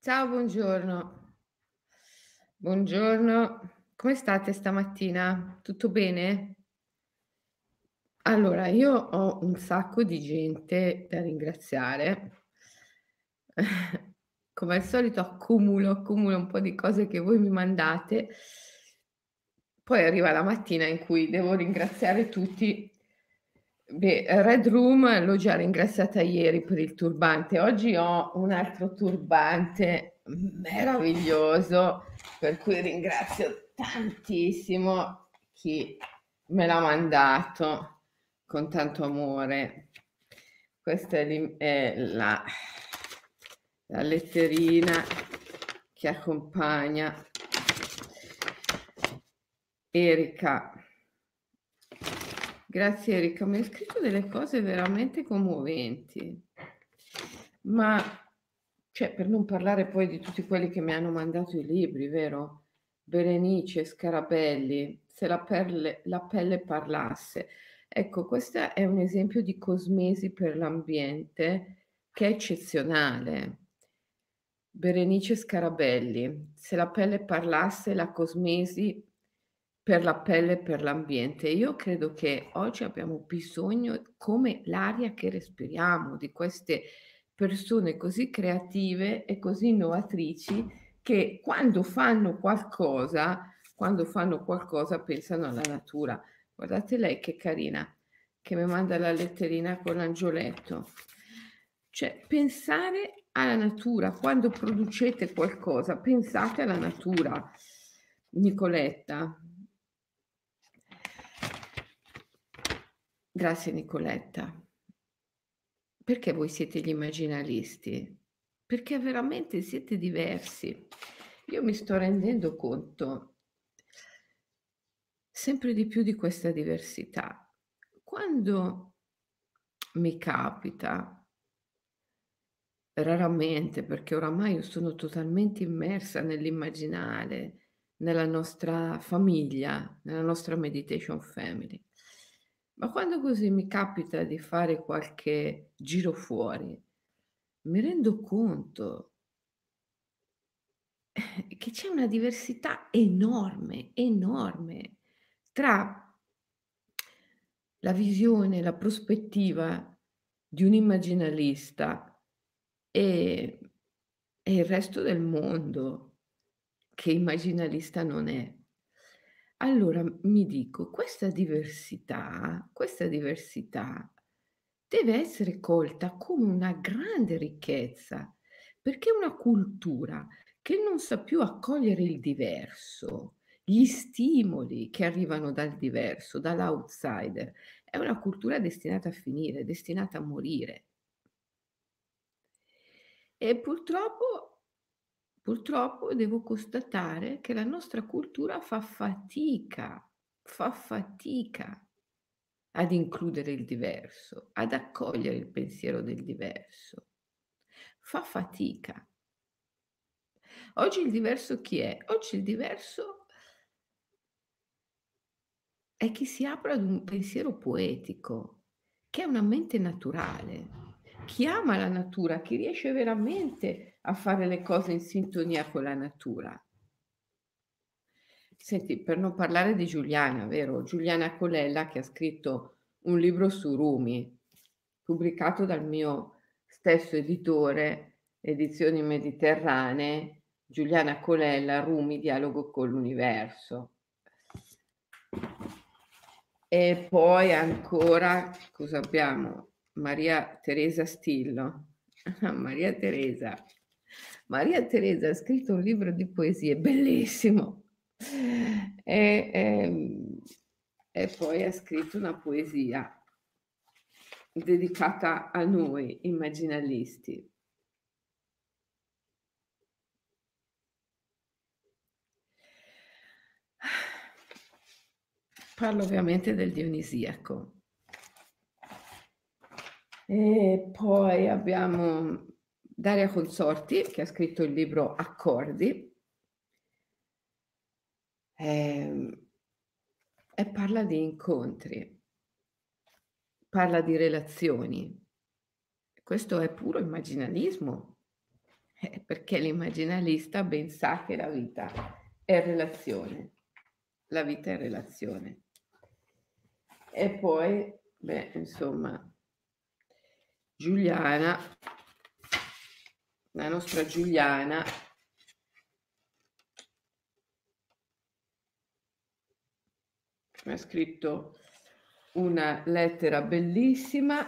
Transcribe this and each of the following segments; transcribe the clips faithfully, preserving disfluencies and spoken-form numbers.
Ciao, buongiorno. Buongiorno. Come state stamattina? Tutto bene? Allora, io ho un sacco di gente da ringraziare. Come al solito accumulo, accumulo un po' di cose che voi mi mandate. Poi arriva la mattina in cui devo ringraziare tutti. Beh, Red Room l'ho già ringraziata ieri per il turbante. Oggi ho un altro turbante meraviglioso, per cui ringrazio tantissimo chi me l'ha mandato con tanto amore. Questa è l'im è la la letterina che accompagna Erika. Grazie Erika, mi hai scritto delle cose veramente commoventi. Ma, cioè, per non parlare poi di tutti quelli che mi hanno mandato i libri, vero? Berenice Scarabelli, "Se la perle la pelle parlasse". Ecco, questa è un esempio di cosmesi per l'ambiente che è eccezionale. Berenice Scarabelli, "Se la pelle parlasse, la cosmesi per la pelle e per l'ambiente". Io credo che oggi abbiamo bisogno, come l'aria che respiriamo, di queste persone così creative e così innovatrici che quando fanno qualcosa quando fanno qualcosa pensano alla natura. Guardate lei che carina, che mi manda la letterina con l'angioletto. Cioè, pensare alla natura, quando producete qualcosa, pensate alla natura. Nicoletta. Grazie Nicoletta. Perché voi siete gli immaginalisti? Perché veramente siete diversi. Io mi sto rendendo conto sempre di più di questa diversità. Quando mi capita raramente, perché oramai io sono totalmente immersa nell'immaginare, nella nostra famiglia, nella nostra meditation family. Ma quando così mi capita di fare qualche giro fuori, mi rendo conto che c'è una diversità enorme, enorme tra la visione, la prospettiva di un immaginalista e e il resto del mondo che immaginalista non è. Allora m mi dico: questa diversità questa diversità deve essere colta come una grande ricchezza, perché una cultura che non sa più accogliere il diverso, gli stimoli che arrivano dal diverso, dall'outsider, è una cultura destinata a finire, destinata a morire. E purtroppo purtroppo devo constatare che la nostra cultura fa fatica, fa fatica ad includere il diverso, ad accogliere il pensiero del diverso. Fa fatica. Oggi il diverso chi è? Oggi il diverso è chi si apre ad un pensiero poetico, che è una mente naturale. Chi ama la natura, chi riesce veramente a fare le cose in sintonia con la natura. Senti, per non parlare di Giuliana, vero? Giuliana Colella che ha scritto un libro su Rumi, pubblicato dal mio stesso editore, Edizioni Mediterranee, Giuliana Colella, Rumi, dialogo con l'universo. E poi ancora cosa abbiamo? Maria Teresa Stillo. Maria Teresa. Maria Teresa ha scritto un libro di poesie bellissimo. E, ehm, e poi ha scritto una poesia dedicata a noi immaginalisti. Parlo ovviamente del Dionisiaco. E poi abbiamo Daria Consorti che ha scritto il libro Accordi. Ehm, e parla di incontri, parla di relazioni. Questo è puro immaginalismo, è Perché l'immaginalista ben sa che la vita è relazione. La vita è relazione. E poi, beh, insomma, Giuliana, la nostra Giuliana, mi ha scritto una lettera bellissima.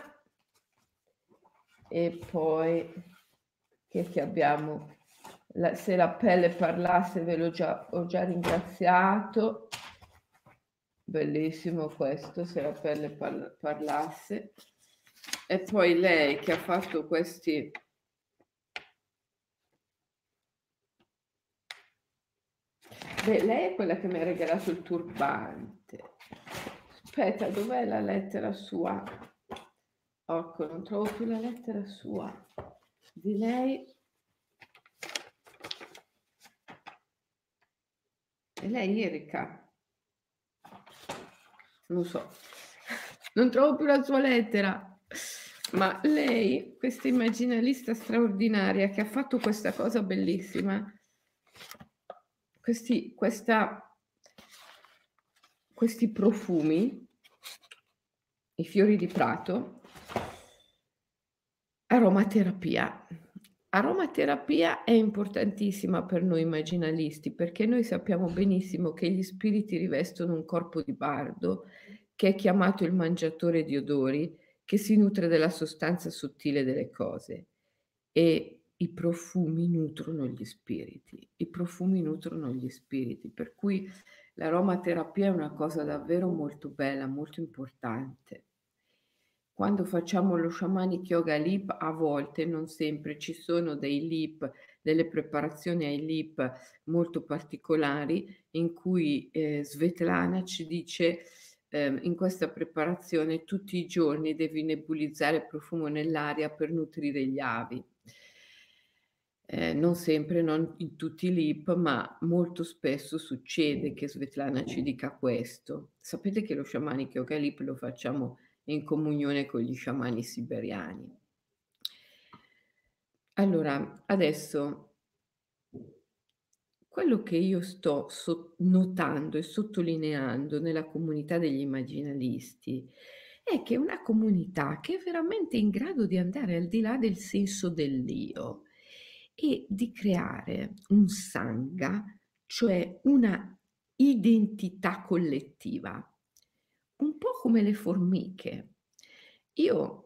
E poi che, che abbiamo? La, se la pelle parlasse, ve l'ho già, ho già ringraziato. Bellissimo questo, se la pelle parla, parlasse. E poi lei che ha fatto questi... Beh, lei è quella che mi ha regalato il turbante. Aspetta, dov'è la lettera sua? Ecco, non trovo più la lettera sua di lei. E lei, Erika? Non so, non trovo più la sua lettera. Ma lei, questa immaginalista straordinaria che ha fatto questa cosa bellissima, questi, questa, questi profumi, i fiori di prato, aromaterapia. Aromaterapia è importantissima per noi immaginalisti perché noi sappiamo benissimo che gli spiriti rivestono un corpo di bardo che è chiamato il mangiatore di odori, che si nutre della sostanza sottile delle cose, e i profumi nutrono gli spiriti. I profumi nutrono gli spiriti, per cui l'aromaterapia è una cosa davvero molto bella, molto importante. Quando facciamo lo shamanic yoga lip, a volte, non sempre, ci sono dei lip, delle preparazioni ai lip molto particolari in cui eh, Svetlana ci dice eh, in questa preparazione tutti i giorni devi nebulizzare profumo nell'aria per nutrire gli avi. Eh, non sempre, non in tutti i lip, ma molto spesso succede che Svetlana ci dica questo. Sapete che lo shamanic yoga lip lo facciamo in comunione con gli sciamani siberiani. Allora, adesso quello che io sto so- notando e sottolineando nella comunità degli immaginalisti è che è una comunità che è veramente in grado di andare al di là del senso dell'io e di creare un sangha, cioè una identità collettiva, un po' come le formiche. Io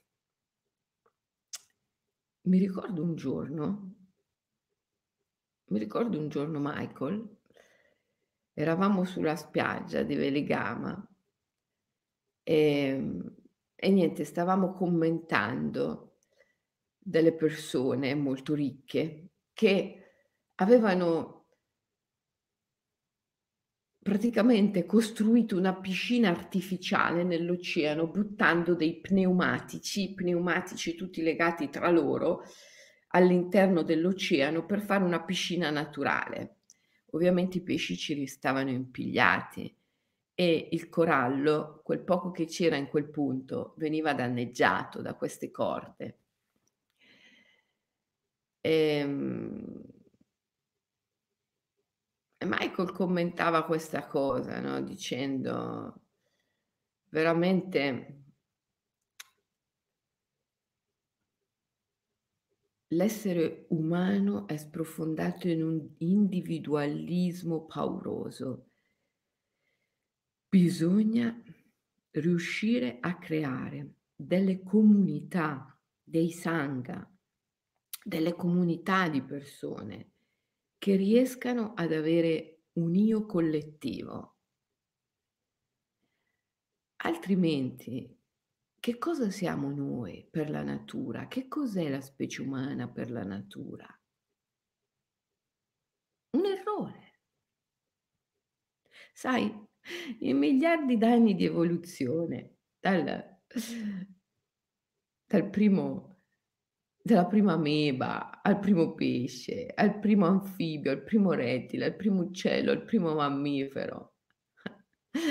mi ricordo un giorno, mi ricordo un giorno Michael, eravamo sulla spiaggia di Veligama e, e niente, stavamo commentando delle persone molto ricche che avevano praticamente costruito una piscina artificiale nell'oceano buttando dei pneumatici, pneumatici tutti legati tra loro all'interno dell'oceano per fare una piscina naturale. Ovviamente i pesci ci restavano impigliati e il corallo, quel poco che c'era in quel punto, veniva danneggiato da queste corde. Ehm, E Michael commentava questa cosa, no, dicendo veramente l'essere umano è sprofondato in un individualismo pauroso. Bisogna riuscire a creare delle comunità, dei sangha, delle comunità di persone che riescano ad avere un io collettivo. Altrimenti, che cosa siamo noi per la natura? Che cos'è la specie umana per la natura? Un errore. Sai, in miliardi d'anni di evoluzione, dal dal primo dalla prima ameba, al primo pesce, al primo anfibio, al primo rettile, al primo uccello, al primo mammifero.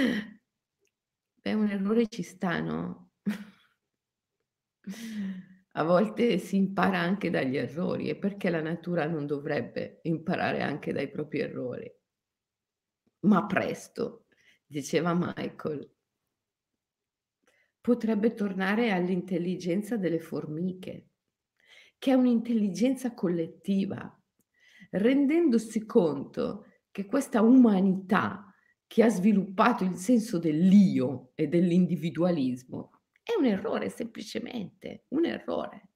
Beh, un errore ci sta, no? A volte si impara anche dagli errori e perché la natura non dovrebbe imparare anche dai propri errori? Ma presto, diceva Michael, potrebbe tornare all'intelligenza delle formiche, che è un'intelligenza collettiva, rendendosi conto che questa umanità che ha sviluppato il senso dell'io e dell'individualismo è un errore semplicemente, un errore.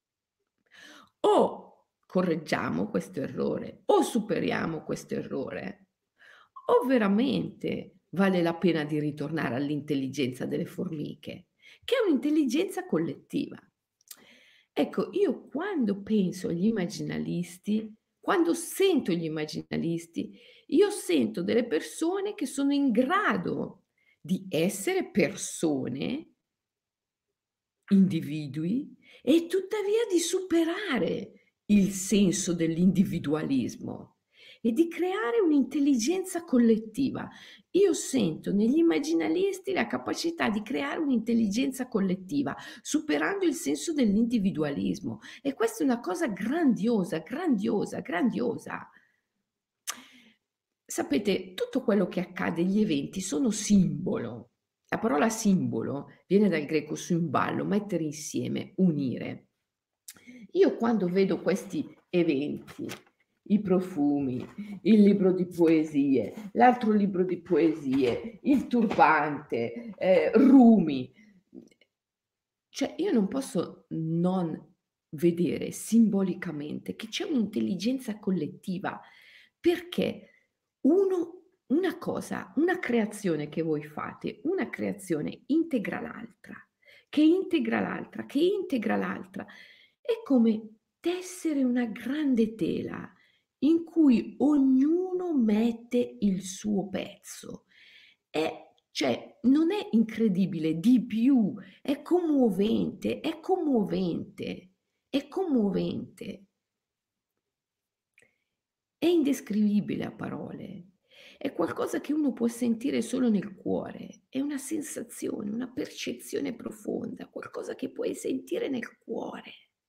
O correggiamo questo errore, o superiamo questo errore, o veramente vale la pena di ritornare all'intelligenza delle formiche, che è un'intelligenza collettiva. Ecco, io quando penso agli immaginalisti, quando sento gli immaginalisti, io sento delle persone che sono in grado di essere persone, individui, e tuttavia di superare il senso dell'individualismo e di creare un'intelligenza collettiva. Io sento negli immaginalisti la capacità di creare un'intelligenza collettiva, superando il senso dell'individualismo, e questa è una cosa grandiosa, grandiosa, grandiosa. Sapete, tutto quello che accade, gli eventi sono simbolo. La parola simbolo viene dal greco symballo, mettere insieme, unire. Io quando vedo questi eventi, i profumi, il libro di poesie, l'altro libro di poesie, il turbante, eh, Rumi, cioè io non posso non vedere simbolicamente che c'è un'intelligenza collettiva, perché uno una cosa, una creazione che voi fate, una creazione integra l'altra, che integra l'altra, che integra l'altra. È come tessere una grande tela in cui ognuno mette il suo pezzo. È cioè non è incredibile, di più, è commovente, è commovente, è commovente. È indescrivibile a parole. È qualcosa che uno può sentire solo nel cuore, è una sensazione, una percezione profonda, qualcosa che puoi sentire nel cuore.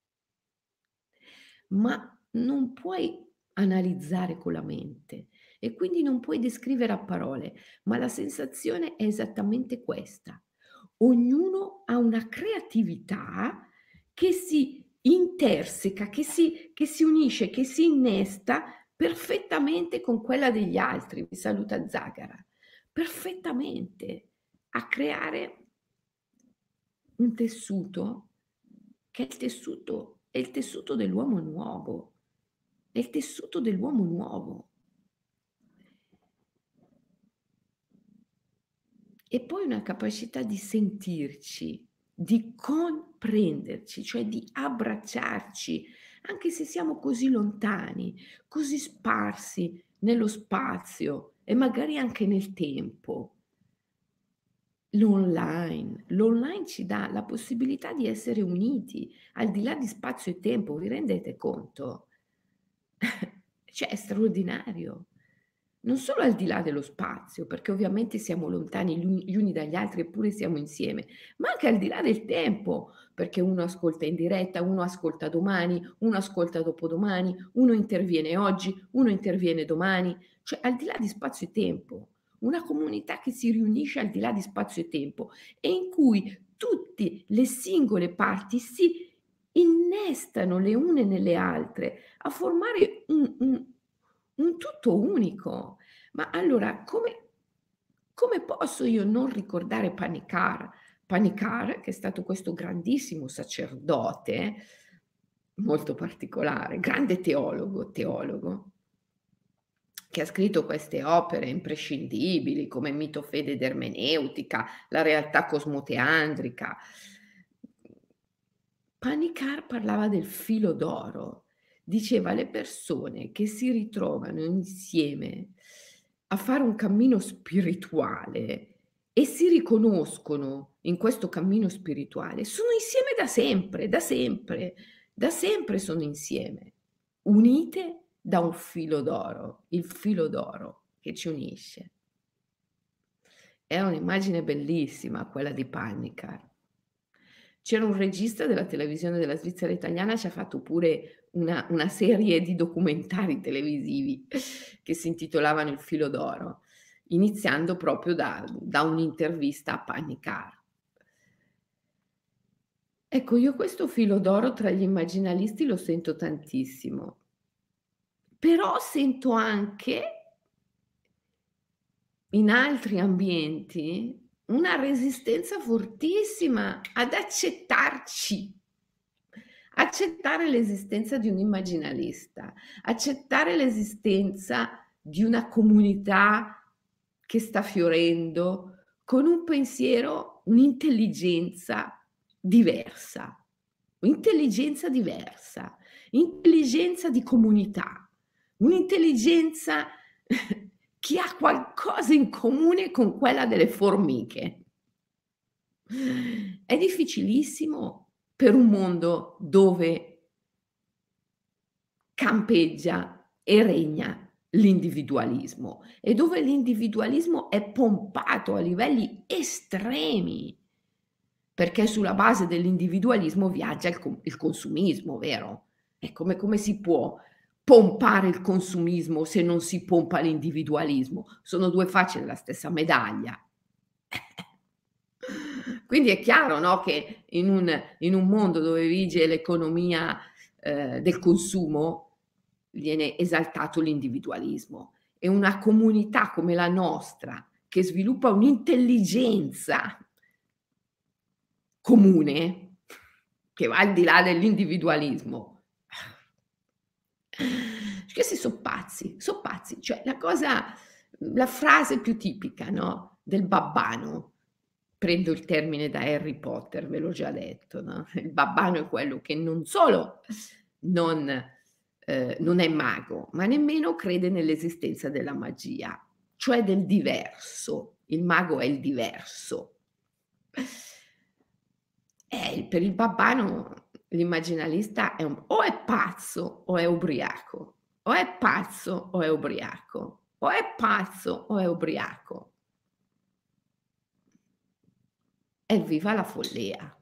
Ma non puoi analizzare con la mente e quindi non puoi descrivere a parole, ma la sensazione è esattamente questa. Ognuno ha una creatività che si interseca, che si che si unisce, che si innesta perfettamente con quella degli altri, mi saluta Zagara, perfettamente, a creare un tessuto che è il tessuto è il tessuto dell'uomo nuovo, è il tessuto dell'uomo nuovo. E poi una capacità di sentirci, di comprenderci, cioè di abbracciarci, anche se siamo così lontani, così sparsi nello spazio e magari anche nel tempo. L'online, l'online ci dà la possibilità di essere uniti al di là di spazio e tempo, vi rendete conto? Cioè è straordinario. Non solo al di là dello spazio, perché ovviamente siamo lontani gli uni gli uni dagli altri eppure siamo insieme, ma anche al di là del tempo, perché uno ascolta in diretta, uno ascolta domani, uno ascolta dopodomani, uno interviene oggi, uno interviene domani, cioè al di là di spazio e tempo. Una comunità che si riunisce al di là di spazio e tempo e in cui tutti le singole parti si innestano le une nelle altre a formare un un un tutto unico. Ma allora come come posso io non ricordare Panikar? Panikar, che è stato questo grandissimo sacerdote, molto particolare, grande teologo teologo, che ha scritto queste opere imprescindibili come Mito, fede ed ermeneutica, la realtà cosmoteandrica. Panikar parlava del filo d'oro, diceva le persone che si ritrovano insieme a fare un cammino spirituale e si riconoscono in questo cammino spirituale, sono insieme da sempre, da sempre, da sempre sono insieme, unite da un filo d'oro, il filo d'oro che ci unisce. È un'immagine bellissima quella di Panikar. C'era un regista della televisione della Svizzera italiana, ci ha fatto pure una una serie di documentari televisivi che si intitolavano Il filo d'oro, iniziando proprio da da un'intervista a Panikkar. Ecco, io questo filo d'oro tra gli immaginalisti lo sento tantissimo, però sento anche in altri ambienti una resistenza fortissima ad accettarci, accettare l'esistenza di un immaginalista, accettare l'esistenza di una comunità che sta fiorendo con un pensiero, un'intelligenza diversa, un'intelligenza diversa, intelligenza di comunità, un'intelligenza che ha qualcosa in comune con quella delle formiche. È difficilissimo per un mondo dove campeggia e regna l'individualismo e dove l'individualismo è pompato a livelli estremi, perché sulla base dell'individualismo viaggia il co il consumismo, vero? E come come si può pompare il consumismo se non si pompa l'individualismo? Sono due facce della stessa medaglia. Quindi è chiaro, no, che in un in un mondo dove vige l'economia, ehm, del consumo, viene esaltato l'individualismo e una comunità come la nostra, che sviluppa un'intelligenza comune, che va al di là dell'individualismo. Questi so pazzi, so pazzi. Cioè la cosa la frase più tipica, no, del babbano, prendo il termine da Harry Potter, ve l'ho già detto, no, il babbano è quello che non solo non ehm, non è mago, ma nemmeno crede nell'esistenza della magia, cioè del diverso. Il mago è il diverso. Eh, per il babbano l'immaginalista è un o è pazzo o è ubriaco, o è pazzo o è ubriaco, o è pazzo o è ubriaco. Evviva la follia!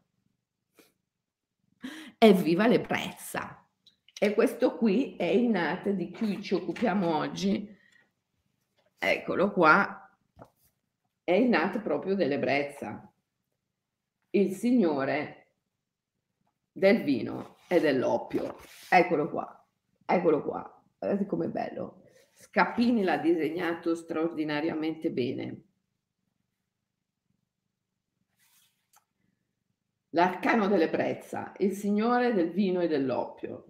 Evviva l'ebbrezza! E questo qui è il Nat di cui ci occupiamo oggi. Eccolo qua. È il Nat proprio dell'ebbrezza. Il signore del vino e dell'oppio. Eccolo qua, eccolo qua. Guardate com'è bello. Scapini l'ha disegnato straordinariamente bene. L'arcano dell'ebbrezza, il signore del vino e dell'oppio.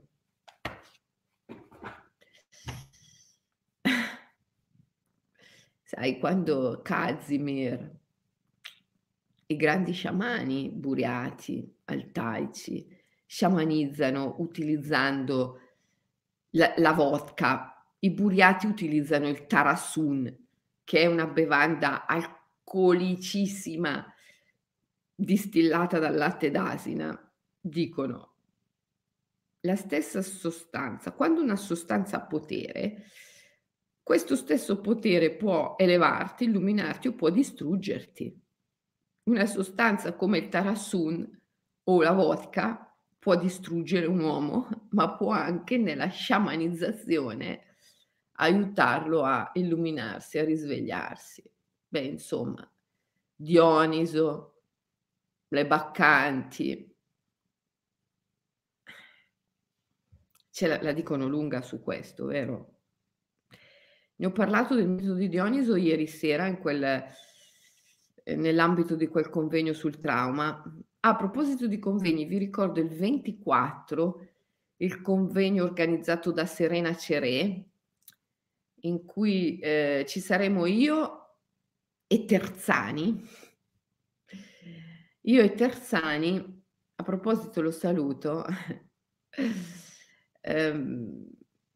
Sai, quando Kazimir, i grandi sciamani buriati, altaici, sciamanizzano utilizzando la la vodka, i buriati utilizzano il Tarassun, che è una bevanda alcolicissima distillata dal latte d'asina. Dicono la stessa sostanza, quando una sostanza ha potere, questo stesso potere può elevarti, illuminarti o può distruggerti. Una sostanza come il Tarassun o la vodka può distruggere un uomo, ma può anche nella sciamanizzazione aiutarlo a illuminarsi, a risvegliarsi. Beh, insomma, Dioniso, le baccanti. Ce la la dicono lunga su questo, vero? Ne ho parlato del mito di Dioniso ieri sera in quel ehm, nell'ambito di quel convegno sul trauma. A proposito di convegni, vi ricordo il ventiquattro, il convegno organizzato da Serena Ceré, in cui, ehm, ci saremo io e Terzani. Io e Terzani, a proposito lo saluto, ehm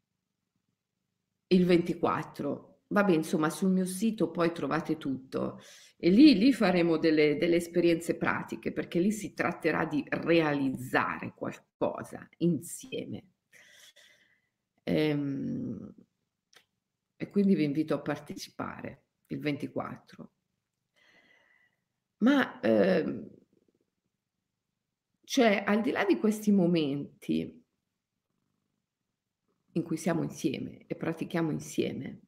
il ventiquattro. Vabbè, insomma, sul mio sito poi trovate tutto e lì lì faremo delle delle esperienze pratiche, perché lì si tratterà di realizzare qualcosa insieme. Ehm, e quindi vi invito a partecipare il ventiquattro. Ma, ehm Cioè, al di là di questi momenti in cui siamo insieme e pratichiamo insieme,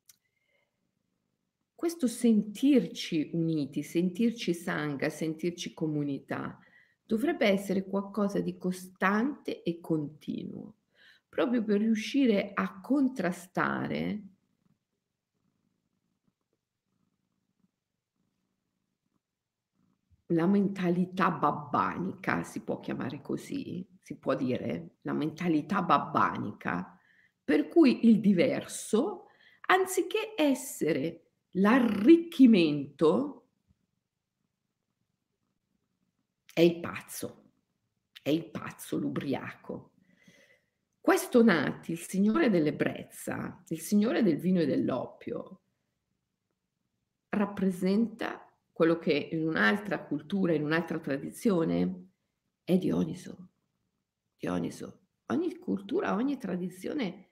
questo sentirci uniti, sentirci sangha, sentirci comunità, dovrebbe essere qualcosa di costante e continuo, proprio per riuscire a contrastare la mentalità babbanica, si può chiamare così? Si può dire? La mentalità babbanica, per cui il diverso, anziché essere l'arricchimento, è il pazzo, è il pazzo, l'ubriaco. Questo Nati, il signore dell'ebbrezza, il signore del vino e dell'oppio, rappresenta quello che in un'altra cultura, in un'altra tradizione è Dioniso. Dioniso. Ogni cultura, ogni tradizione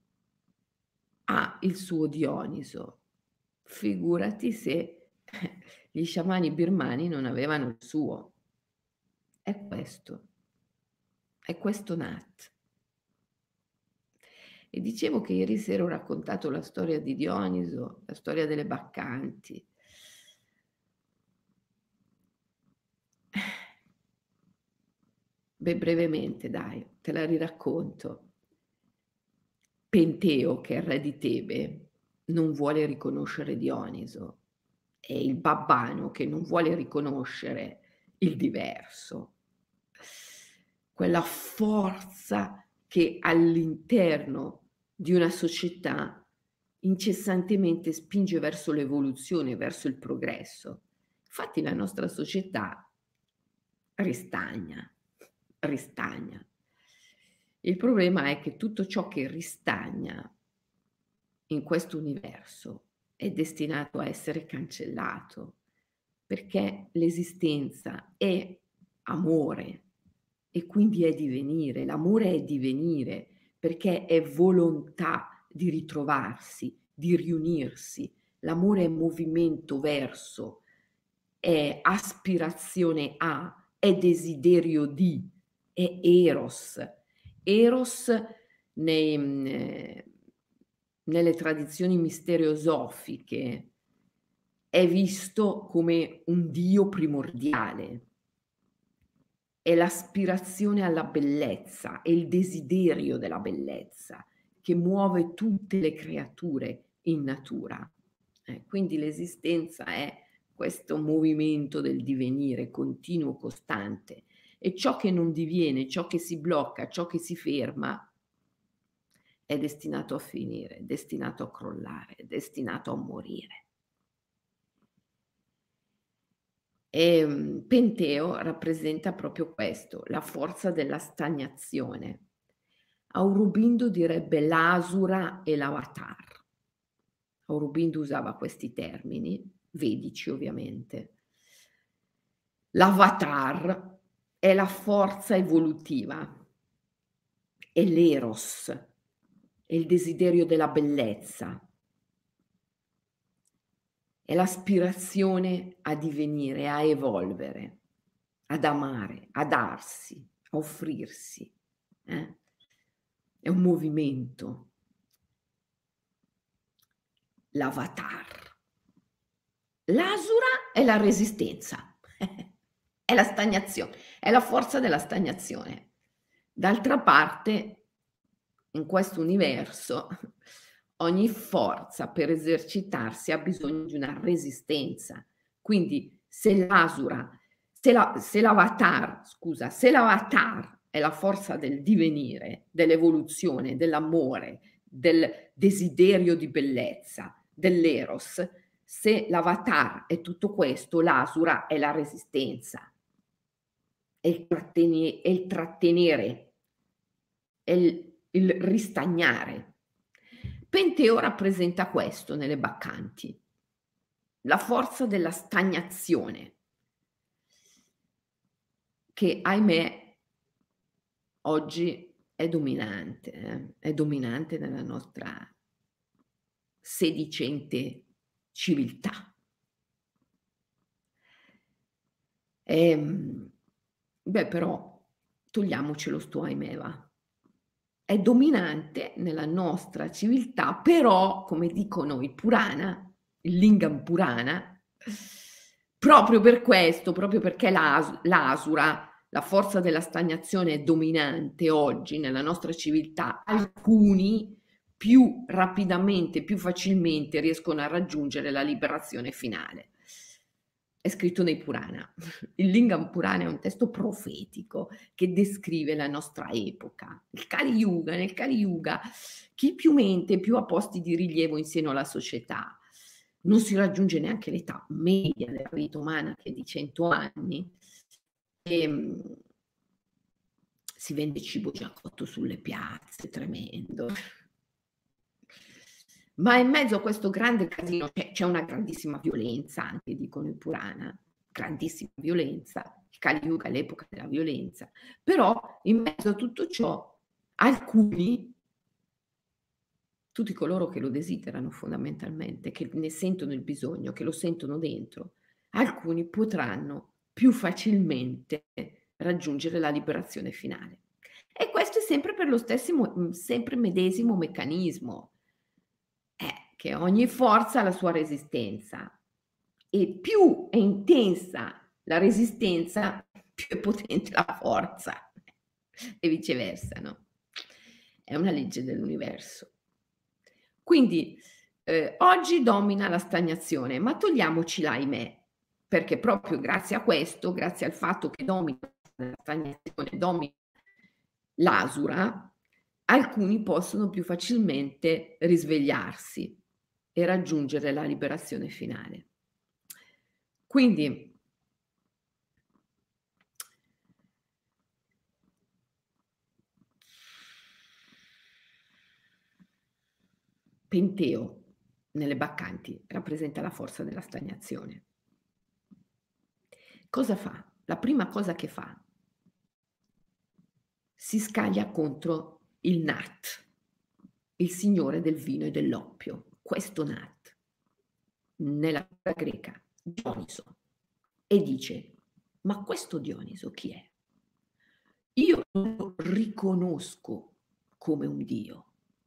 ha il suo Dioniso. Figurati se gli sciamani birmani non avevano il suo. È questo. È questo Nat. E dicevo che ieri sera ho raccontato la storia di Dioniso, la storia delle baccanti. Beh, brevemente dai, te la riracconto. Penteo, che è il re di Tebe, non vuole riconoscere Dioniso. È il babbano che non vuole riconoscere il diverso. Quella forza che all'interno di una società incessantemente spinge verso l'evoluzione, verso il progresso. Infatti la nostra società ristagna, ristagna. Il problema è che tutto ciò che ristagna in questo universo è destinato a essere cancellato, perché l'esistenza è amore e quindi è divenire. L'amore è divenire perché è volontà di ritrovarsi, di riunirsi. L'amore è movimento verso, è aspirazione a, è desiderio di, è eros. Eros nei, mhmm, nelle tradizioni misteriosofiche è visto come un Dio primordiale. È l'aspirazione alla bellezza, è il desiderio della bellezza che muove tutte le creature in natura. Eh, quindi l'esistenza è questo movimento del divenire continuo, costante e ciò che non diviene, ciò che si blocca, ciò che si ferma è destinato a finire, è destinato a crollare, è destinato a morire. Ehm, Penteo rappresenta proprio questo, la forza della stagnazione. Aurobindo direbbe l'asura e l'avatar. Aurobindo usava questi termini, vedici ovviamente. L'avatar è la forza evolutiva, è l'eros, è il desiderio della bellezza, è l'aspirazione a divenire, a evolvere, ad amare, a darsi, a offrirsi. Eh? È un movimento. L'avatar. L'asura è la resistenza, è la stagnazione, è la forza della stagnazione. D'altra parte, in questo universo, ogni forza per esercitarsi ha bisogno di una resistenza. Quindi se l'asura, se, la, se l'avatar, scusa, se l'avatar è la forza del divenire, dell'evoluzione, dell'amore, del desiderio di bellezza, dell'eros, se l'avatar è tutto questo, l'asura è la resistenza, è il, tratteni- è il trattenere, è il, il ristagnare. Penteo rappresenta questo nelle baccanti, la forza della stagnazione, che ahimè oggi è dominante, eh? È dominante nella nostra sedicente civiltà. Ehm, Beh, però togliamocelo sto ahimè va. È dominante nella nostra civiltà, però, come dicono i Purana, il Lingam Purana, proprio per questo, proprio perché l'as l'asura, la forza della stagnazione è dominante oggi nella nostra civiltà, alcuni più rapidamente, più facilmente riescono a raggiungere la liberazione finale. È scritto nei Purana. Il Lingam Purana è un testo profetico che descrive la nostra epoca. Il Kali Yuga, nel Kali Yuga chi più mente più ha posti di rilievo in seno alla società. Non si raggiunge neanche l'età media della vita umana che è di cento anni. Ehm, si vende cibo già cotto sulle piazze, tremendo. Ma in mezzo a questo grande casino c'è c'è una grandissima violenza anche, dicono i Purana, grandissima violenza. Il Kali Yuga è l'epoca della violenza, però in mezzo a tutto ciò alcuni tutti coloro che lo desiderano fondamentalmente, che ne sentono il bisogno, che lo sentono dentro, alcuni potranno più facilmente raggiungere la liberazione finale. E questo è sempre per lo stessimo mhmm, sempre medesimo meccanismo. Eh, che ogni forza ha la sua resistenza e più è intensa la resistenza, più è potente la forza e viceversa, no, è una legge dell'universo. Quindi, ehm, oggi domina la stagnazione, ma togliamoci l'ahimè, perché proprio grazie a questo, grazie al fatto che domina la stagnazione, domina l'asura, alcuni possono più facilmente risvegliarsi e raggiungere la liberazione finale. Quindi Penteo nelle Baccanti rappresenta la forza della stagnazione. Cosa fa? La prima cosa che fa si scaglia contro il Nat, il signore del vino e dell'oppio. Questo Nat, nella greca, Dioniso, e dice: "Ma questo Dioniso chi è? Io non lo riconosco come un dio."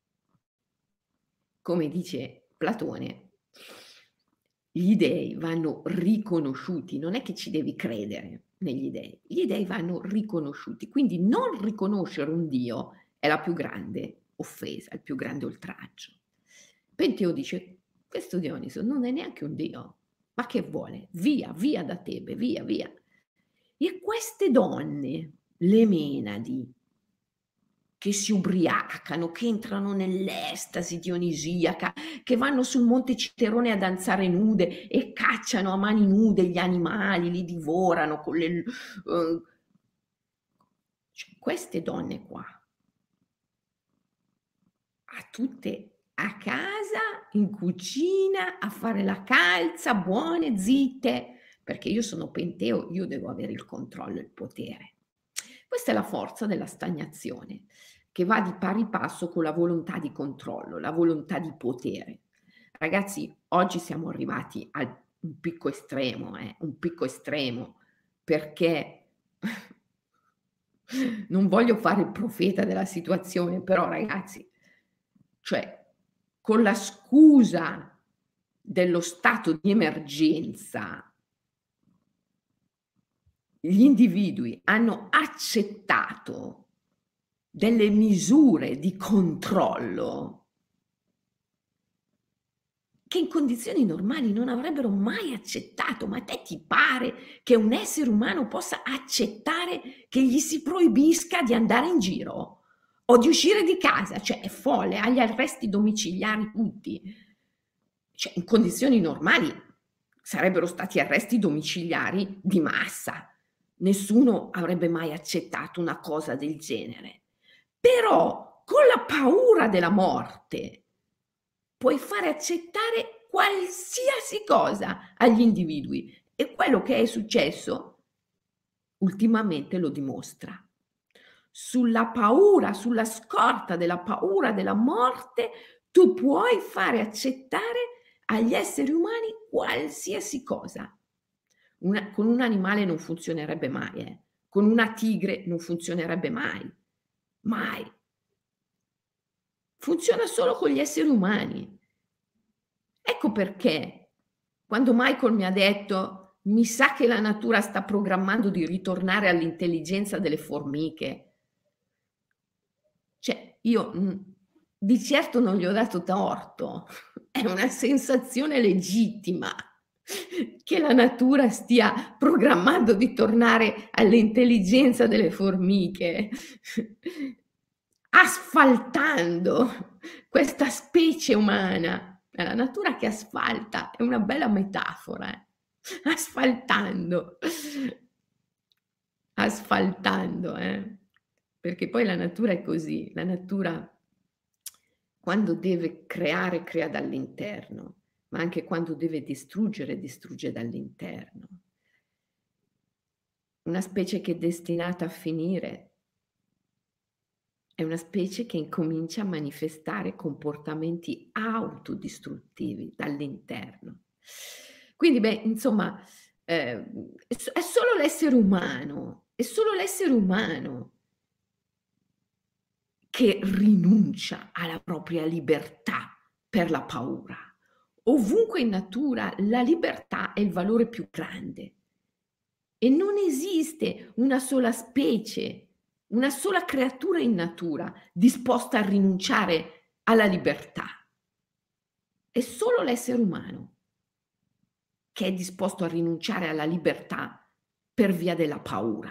Come dice Platone, gli dei vanno riconosciuti, non è che ci devi credere negli dei, gli dei vanno riconosciuti. Quindi non riconoscere un dio è la più grande offesa, il più grande oltraggio. Penteo dice: "Questo Dioniso non è neanche un dio, ma che vuole? Via, via da Tebe, via, via." E queste donne, le Menadi, che si ubriacano, che entrano nell'estasi dionisiaca, che vanno sul monte Citerone a danzare nude e cacciano a mani nude gli animali, li divorano con le uhm, cioè queste donne qua, a tutte a casa, in cucina, a fare la calza, buone, zitte, perché io sono Penteo, io devo avere il controllo e il potere. Questa è la forza della stagnazione, che va di pari passo con la volontà di controllo, la volontà di potere. Ragazzi, oggi siamo arrivati al un picco estremo, eh, un picco estremo, perché non voglio fare il profeta della situazione, però ragazzi, cioè con la scusa dello stato di emergenza gli individui hanno accettato delle misure di controllo che in condizioni normali non avrebbero mai accettato. Ma a te ti pare che un essere umano possa accettare che gli si proibisca di andare in giro o di uscire di casa? Cioè è folle, agli arresti domiciliari tutti. Cioè in condizioni normali sarebbero stati arresti domiciliari di massa. Nessuno avrebbe mai accettato una cosa del genere. Però con la paura della morte puoi fare accettare qualsiasi cosa agli individui e quello che è successo ultimamente lo dimostra. Sulla paura, sulla scorta della paura della morte, tu puoi fare accettare agli esseri umani qualsiasi cosa. Una con un animale non funzionerebbe mai, eh. con una tigre non funzionerebbe mai, mai. Funziona solo con gli esseri umani. Ecco perché quando Michael mi ha detto: "Mi sa che la natura sta programmando di ritornare all'intelligenza delle formiche", cioè io, mhmm, di certo non gli ho dato torto. È una sensazione legittima che la natura stia programmando di tornare all'intelligenza delle formiche, asfaltando questa specie umana. È la natura che asfalta, è una bella metafora, eh. Asfaltando. Asfaltando, eh. Perché poi la natura è così, la natura quando deve creare, crea dall'interno, ma anche quando deve distruggere, distrugge dall'interno. Una specie che è destinata a finire è una specie che incomincia a manifestare comportamenti autodistruttivi dall'interno. Quindi beh, insomma, ehm, è s è solo l'essere umano, è solo l'essere umano che rinuncia alla propria libertà per la paura. Ovunque in natura la libertà è il valore più grande e non esiste una sola specie, una sola creatura in natura disposta a rinunciare alla libertà. È solo l'essere umano che è disposto a rinunciare alla libertà per via della paura.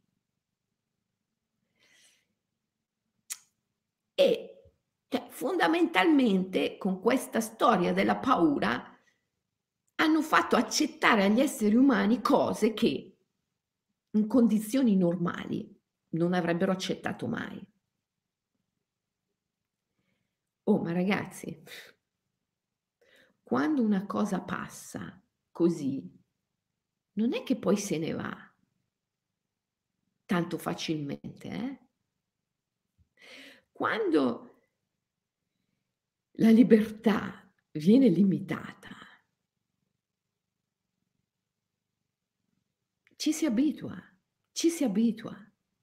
E cioè, fondamentalmente con questa storia della paura hanno fatto accettare agli esseri umani cose che in condizioni normali non avrebbero accettato mai. Oh, ma ragazzi, quando una cosa passa così, non è che poi se ne va tanto facilmente, eh. Quando la libertà viene limitata, ci si abitua, ci si abitua.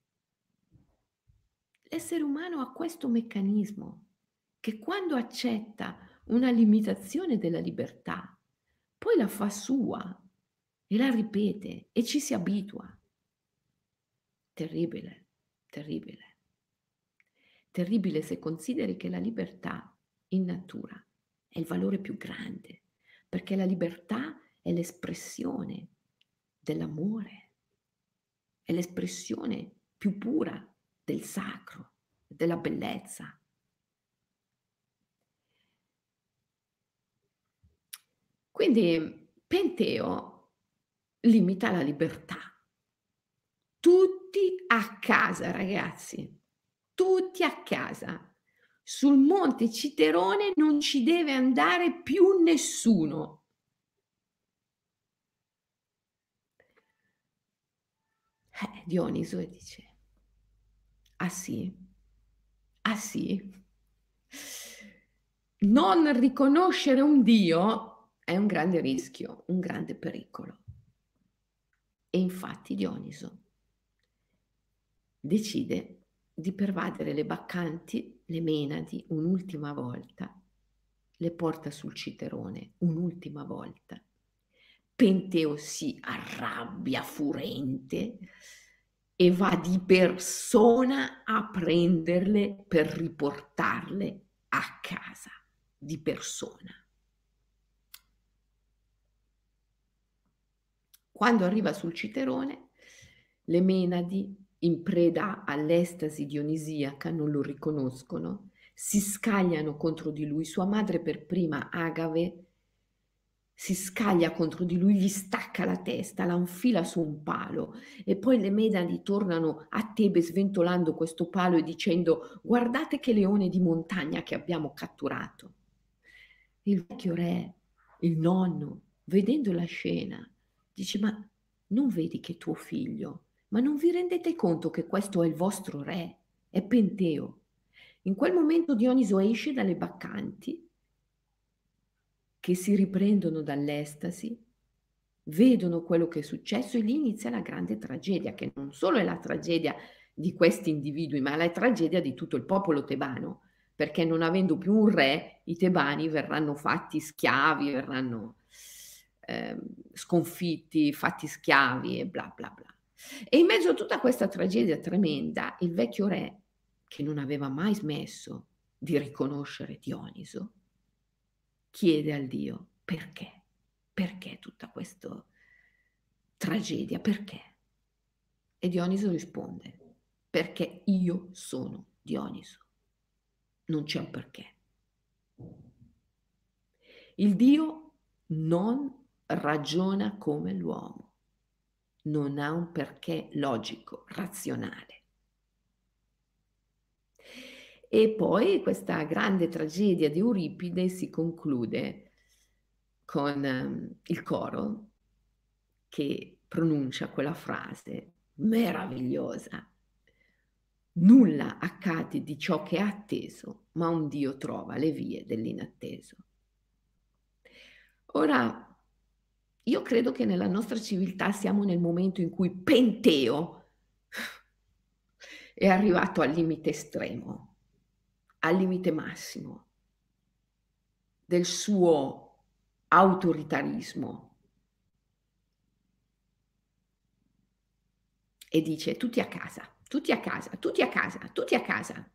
L'essere umano ha questo meccanismo, che quando accetta una limitazione della libertà, poi la fa sua e la ripete e ci si abitua. Terribile, terribile. Terribile se consideri che la libertà in natura è il valore più grande, perché la libertà è l'espressione dell'amore, è l'espressione più pura del sacro, della bellezza. Quindi Penteo limita la libertà. Tutti a casa, ragazzi, tutti a casa. Sul monte Citerone non ci deve andare più nessuno. Eh, Dioniso dice: "Ah sì? Ah sì? Non riconoscere un Dio è un grande rischio, un grande pericolo". E infatti Dioniso decide di pervadere le Baccanti, le Menadi, un'ultima volta, le porta sul Citerone un'ultima volta. Penteo si arrabbia furente e va di persona a prenderle per riportarle a casa, di persona. Quando arriva sul Citerone, le Menadi, in preda all'estasi dionisiaca, non lo riconoscono, si scagliano contro di lui. Sua madre per prima, Agave, si scaglia contro di lui, gli stacca la testa, la infila su un palo e poi le Menadi tornano a Tebe sventolando questo palo e dicendo: "Guardate che leone di montagna che abbiamo catturato". Il vecchio re, il nonno, vedendo la scena, dice: "Ma non vedi che tuo figlio? Ma non vi rendete conto che questo è il vostro re? È Penteo". In quel momento Dioniso esce dalle Baccanti che si riprendono dall'estasi, vedono quello che è successo e lì inizia la grande tragedia, che non solo è la tragedia di questi individui, ma la tragedia di tutto il popolo tebano, perché non avendo più un re, i tebani verranno fatti schiavi, verranno ehm, sconfitti, fatti schiavi e bla bla bla. E in mezzo a tutta questa tragedia tremenda, il vecchio re, che non aveva mai smesso di riconoscere Dioniso, chiede al Dio: perché? Perché tutta questa tragedia? Perché? E Dioniso risponde: perché io sono Dioniso. Non c'è un perché. Il Dio non ragiona come l'uomo, non ha un perché logico, razionale. E poi questa grande tragedia di Euripide si conclude con um, il coro che pronuncia quella frase meravigliosa: nulla accade di ciò che è atteso, ma un Dio trova le vie dell'inatteso. Ora, io credo che nella nostra civiltà siamo nel momento in cui Penteo è arrivato al limite estremo, al limite massimo del suo autoritarismo e dice: tutti a casa, tutti a casa, tutti a casa, tutti a casa.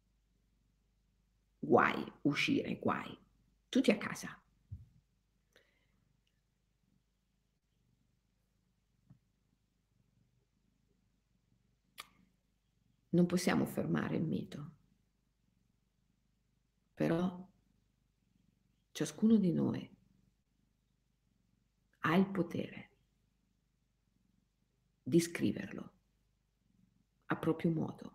Guai, uscire, guai, tutti a casa. Non possiamo fermare il mito, però ciascuno di noi ha il potere di scriverlo a proprio modo.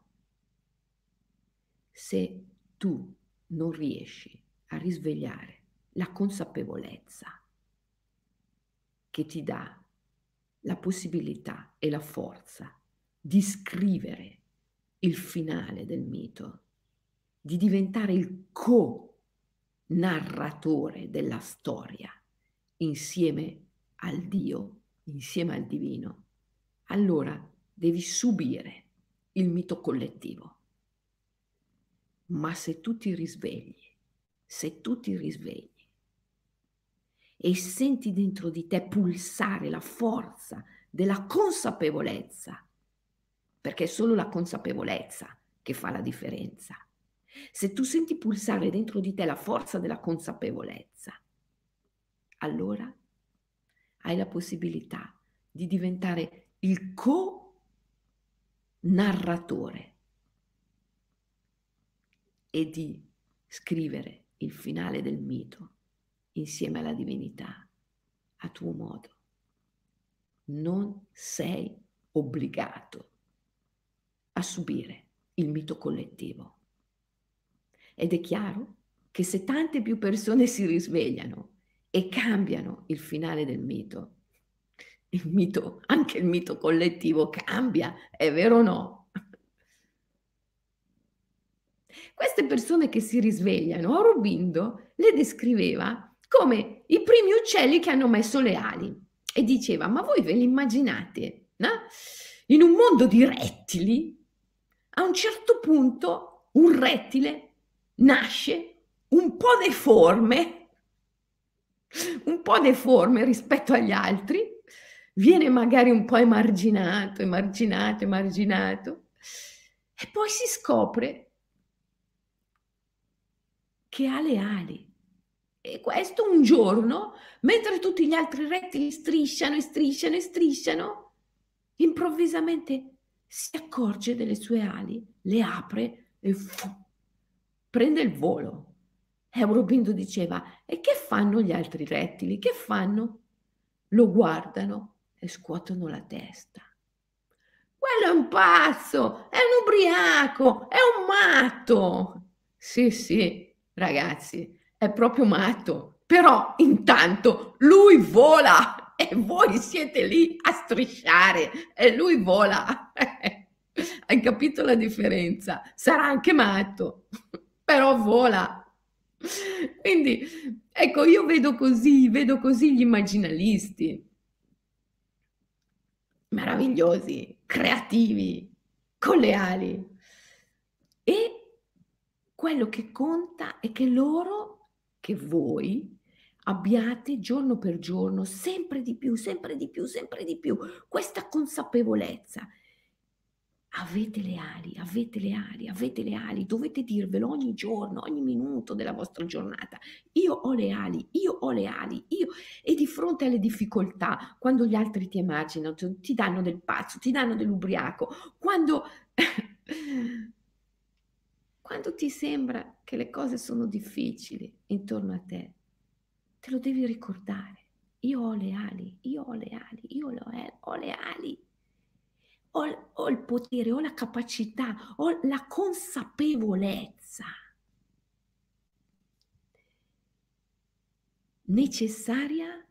Se tu non riesci a risvegliare la consapevolezza che ti dà la possibilità e la forza di scrivere il finale del mito, di diventare il co-narratore della storia insieme al Dio, insieme al divino, allora devi subire il mito collettivo. Ma se tu ti risvegli, se tu ti risvegli e senti dentro di te pulsare la forza della consapevolezza, perché è solo la consapevolezza che fa la differenza. Se tu senti pulsare dentro di te la forza della consapevolezza, allora hai la possibilità di diventare il co-narratore e di scrivere il finale del mito insieme alla divinità, a tuo modo. Non sei obbligato a subire il mito collettivo. Ed è chiaro che se tante più persone si risvegliano e cambiano il finale del mito, il mito, anche il mito collettivo cambia, è vero o no? Queste persone che si risvegliano, Aurobindo le descriveva come i primi uccelli che hanno messo le ali e diceva: ma voi ve li immaginate, no? In un mondo di rettili, a un certo punto un rettile nasce un po' deforme, un po' deforme rispetto agli altri, viene magari un po' emarginato, emarginato, emarginato, e poi si scopre che ha le ali. E questo un giorno, mentre tutti gli altri rettili strisciano e strisciano e strisciano, improvvisamente si accorge delle sue ali, le apre e fu, prende il volo. E Aurobindo diceva: e che fanno gli altri rettili? Che fanno? Lo guardano e scuotono la testa. Quello è un pazzo, è un ubriaco, è un matto. Sì, sì, ragazzi, è proprio matto, però intanto lui vola e voi siete lì a strisciare e lui vola. Hai capito la differenza? Sarà anche matto, però vola. Quindi, ecco, io vedo così, vedo così gli immaginalisti. meravigliosi, creativi, con le ali. E quello che conta è che loro, che voi, abbiate giorno per giorno sempre di più, sempre di più, sempre di più questa consapevolezza. Avete le ali, avete le ali, avete le ali, dovete dirvelo ogni giorno, ogni minuto della vostra giornata. Io ho le ali, io ho le ali, io. E di fronte alle difficoltà, quando gli altri ti immaginano, ti danno del pazzo, ti danno dell'ubriaco, quando, quando ti sembra che le cose sono difficili intorno a te, te lo devi ricordare. Io ho le ali, io ho le ali, io ho le ali. Ho, ho il potere, ho la capacità, ho la consapevolezza necessaria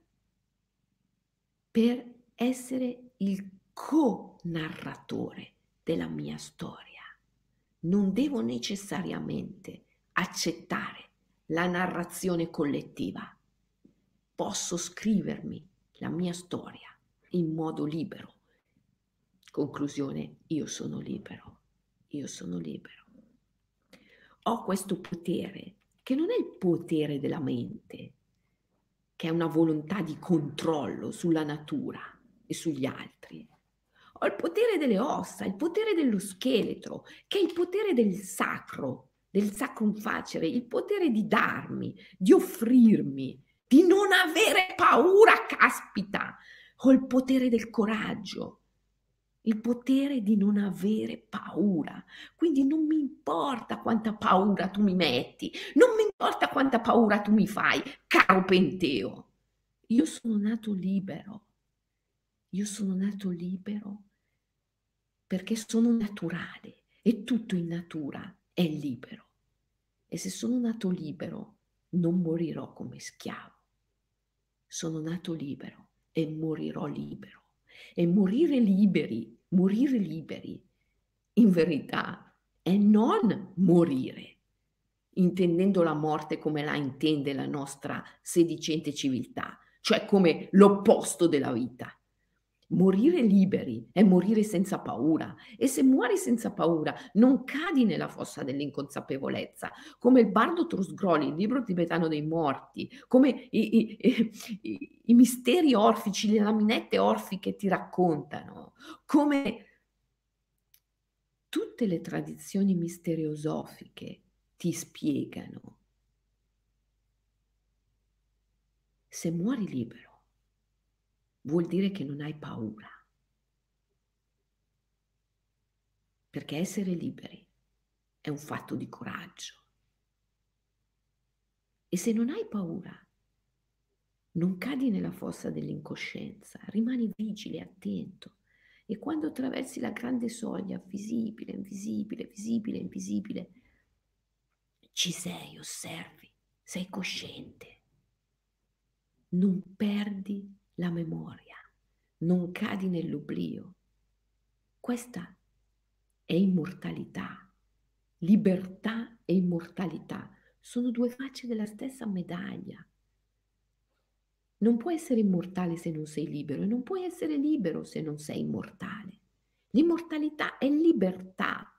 per essere il co-narratore della mia storia. Non devo necessariamente accettare la narrazione collettiva. Posso scrivermi la mia storia in modo libero. Conclusione, io sono libero, io sono libero. Ho questo potere, che non è il potere della mente, che è una volontà di controllo sulla natura e sugli altri. Ho il potere delle ossa, il potere dello scheletro, che è il potere del sacro, del sacrum facere, il potere di darmi, di offrirmi, di non avere paura, caspita. Ho il potere del coraggio, il potere di non avere paura. Quindi non mi importa quanta paura tu mi metti, non mi importa quanta paura tu mi fai, caro Penteo. Io sono nato libero. Io sono nato libero perché sono naturale e tutto in natura è libero. E se sono nato libero, non morirò come schiavo. Sono nato libero e morirò libero. E morire liberi, morire liberi, in verità, è non morire, intendendo la morte come la intende la nostra sedicente civiltà, cioè come l'opposto della vita. Morire liberi è morire senza paura, e se muori senza paura non cadi nella fossa dell'inconsapevolezza, come il bardo Trosgroli, il libro tibetano dei morti, come i, i, i, i misteri orfici, le laminette orfiche ti raccontano, come tutte le tradizioni misteriosofiche ti spiegano. Se muori libero, vuol dire che non hai paura. Perché essere liberi è un fatto di coraggio. E se non hai paura, non cadi nella fossa dell'incoscienza, rimani vigile, attento. E quando attraversi la grande soglia, visibile, invisibile, visibile, invisibile, ci sei, osservi, sei cosciente. Non perdi la memoria, non cadi nell'oblio. Questa è immortalità. Libertà e immortalità sono due facce della stessa medaglia. Non puoi essere immortale se non sei libero e non puoi essere libero se non sei immortale. L'immortalità è libertà.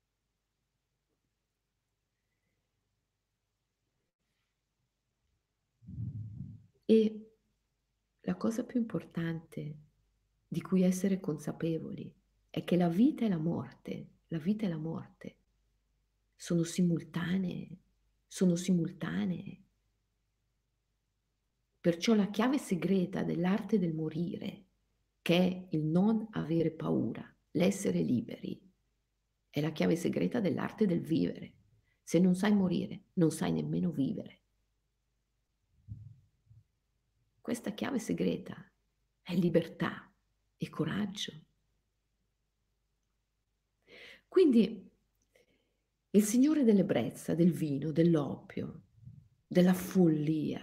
E la cosa più importante di cui essere consapevoli è che la vita e la morte, la vita e la morte sono simultanee, sono simultanee. Perciò la chiave segreta dell'arte del morire, che è il non avere paura, l'essere liberi, è la chiave segreta dell'arte del vivere. Se non sai morire, non sai nemmeno vivere. Questa chiave segreta è libertà e coraggio. Quindi il signore dell'ebbrezza, del vino, dell'oppio, della follia,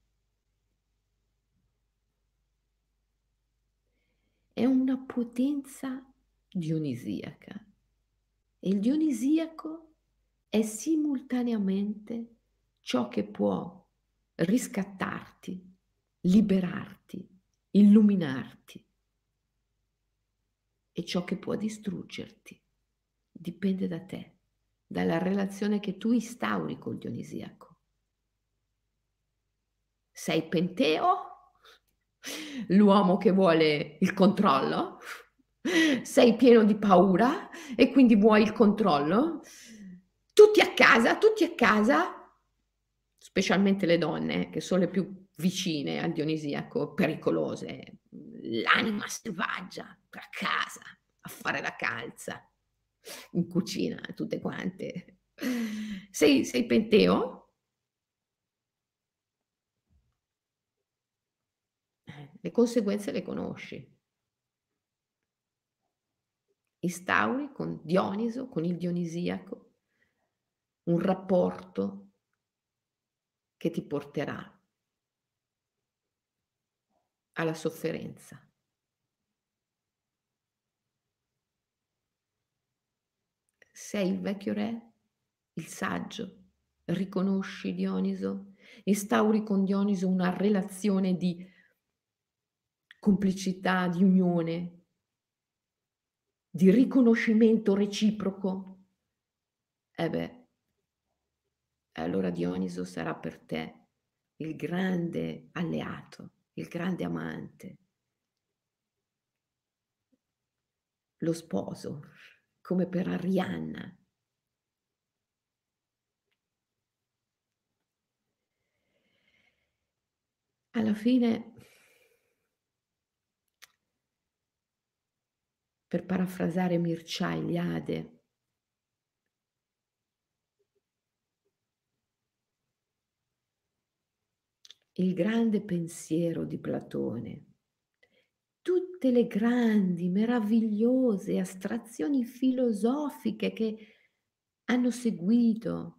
è una potenza dionisiaca. E il dionisiaco è simultaneamente ciò che può riscattarti, liberarti, illuminarti. e ciò che può distruggerti dipende da te, dalla relazione che tu instauri col dionisiaco. Sei Penteo, l'uomo che vuole il controllo? Sei pieno di paura e quindi vuoi il controllo? Tutti a casa, tutti a casa, specialmente le donne che sono le più vicine al dionisiaco, pericolose, l'anima selvaggia, a casa, a fare la calza, in cucina, tutte quante. Sei, sei Penteo? Eh, le conseguenze le conosci. Instauri con Dioniso, con il dionisiaco, un rapporto che ti porterà alla sofferenza. Sei il vecchio re, il saggio, riconosci Dioniso, instauri con Dioniso una relazione di complicità, di unione, di riconoscimento reciproco. Eh beh, allora Dioniso sarà per te il grande alleato, il grande amante, lo sposo, come per Arianna. Alla fine, per parafrasare Mircea Eliade, il grande pensiero di Platone, tutte le grandi, meravigliose astrazioni filosofiche che hanno seguito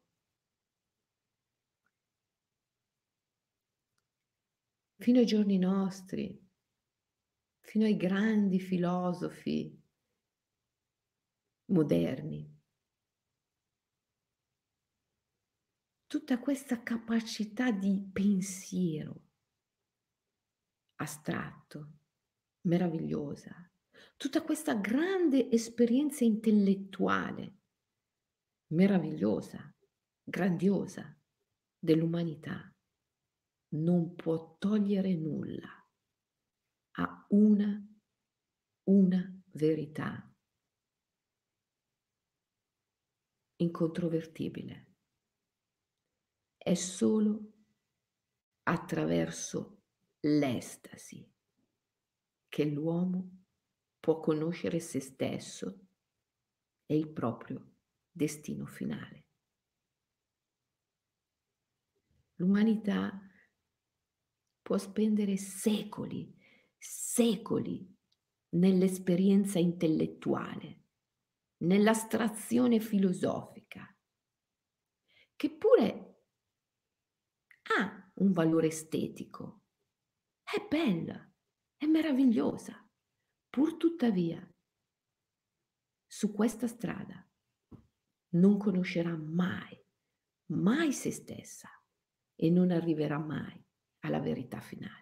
fino ai giorni nostri, fino ai grandi filosofi moderni. Tutta questa capacità di pensiero astratto, meravigliosa, tutta questa grande esperienza intellettuale, meravigliosa, grandiosa dell'umanità, non può togliere nulla a una, una verità incontrovertibile. È solo attraverso l'estasi che l'uomo può conoscere se stesso e il proprio destino finale. L'umanità può spendere secoli, secoli nell'esperienza intellettuale, nell'astrazione filosofica, che pure ha un valore estetico, è bella, è meravigliosa, pur tuttavia su questa strada non conoscerà mai, mai se stessa e non arriverà mai alla verità finale.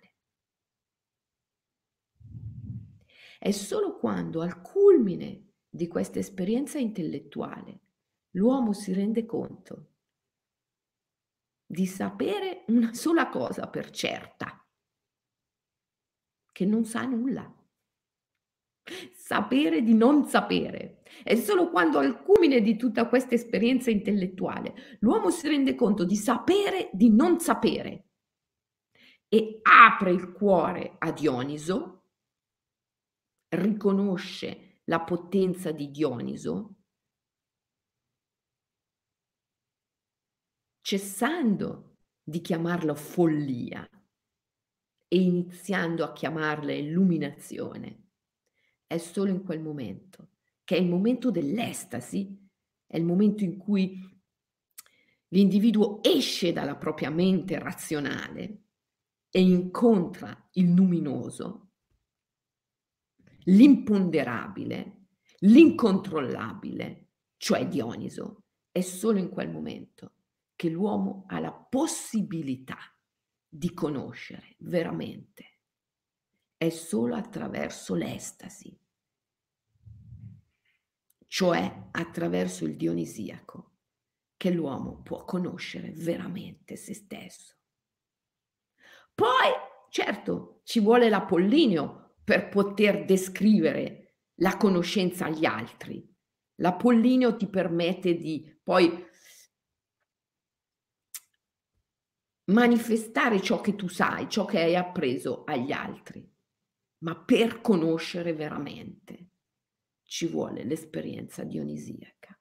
È solo quando al culmine di questa esperienza intellettuale l'uomo si rende conto di sapere una sola cosa per certa, che non sa nulla. Sapere di non sapere. È solo quando al culmine di tutta questa esperienza intellettuale l'uomo si rende conto di sapere di non sapere e apre il cuore a Dioniso, riconosce la potenza di Dioniso, cessando di chiamarla follia e iniziando a chiamarla illuminazione. È solo in quel momento, che è il momento dell'estasi, è il momento in cui l'individuo esce dalla propria mente razionale e incontra il luminoso, l'imponderabile, l'incontrollabile, cioè Dioniso. È solo in quel momento che l'uomo ha la possibilità di conoscere veramente. È solo attraverso l'estasi cioè attraverso il dionisiaco, che l'uomo può conoscere veramente se stesso. Poi, certo, ci vuole l'Apollinio per poter descrivere la conoscenza agli altri. L'Apollinio ti permette di poi manifestare ciò che tu sai, ciò che hai appreso agli altri. Ma per conoscere veramente ci vuole l'esperienza dionisiaca.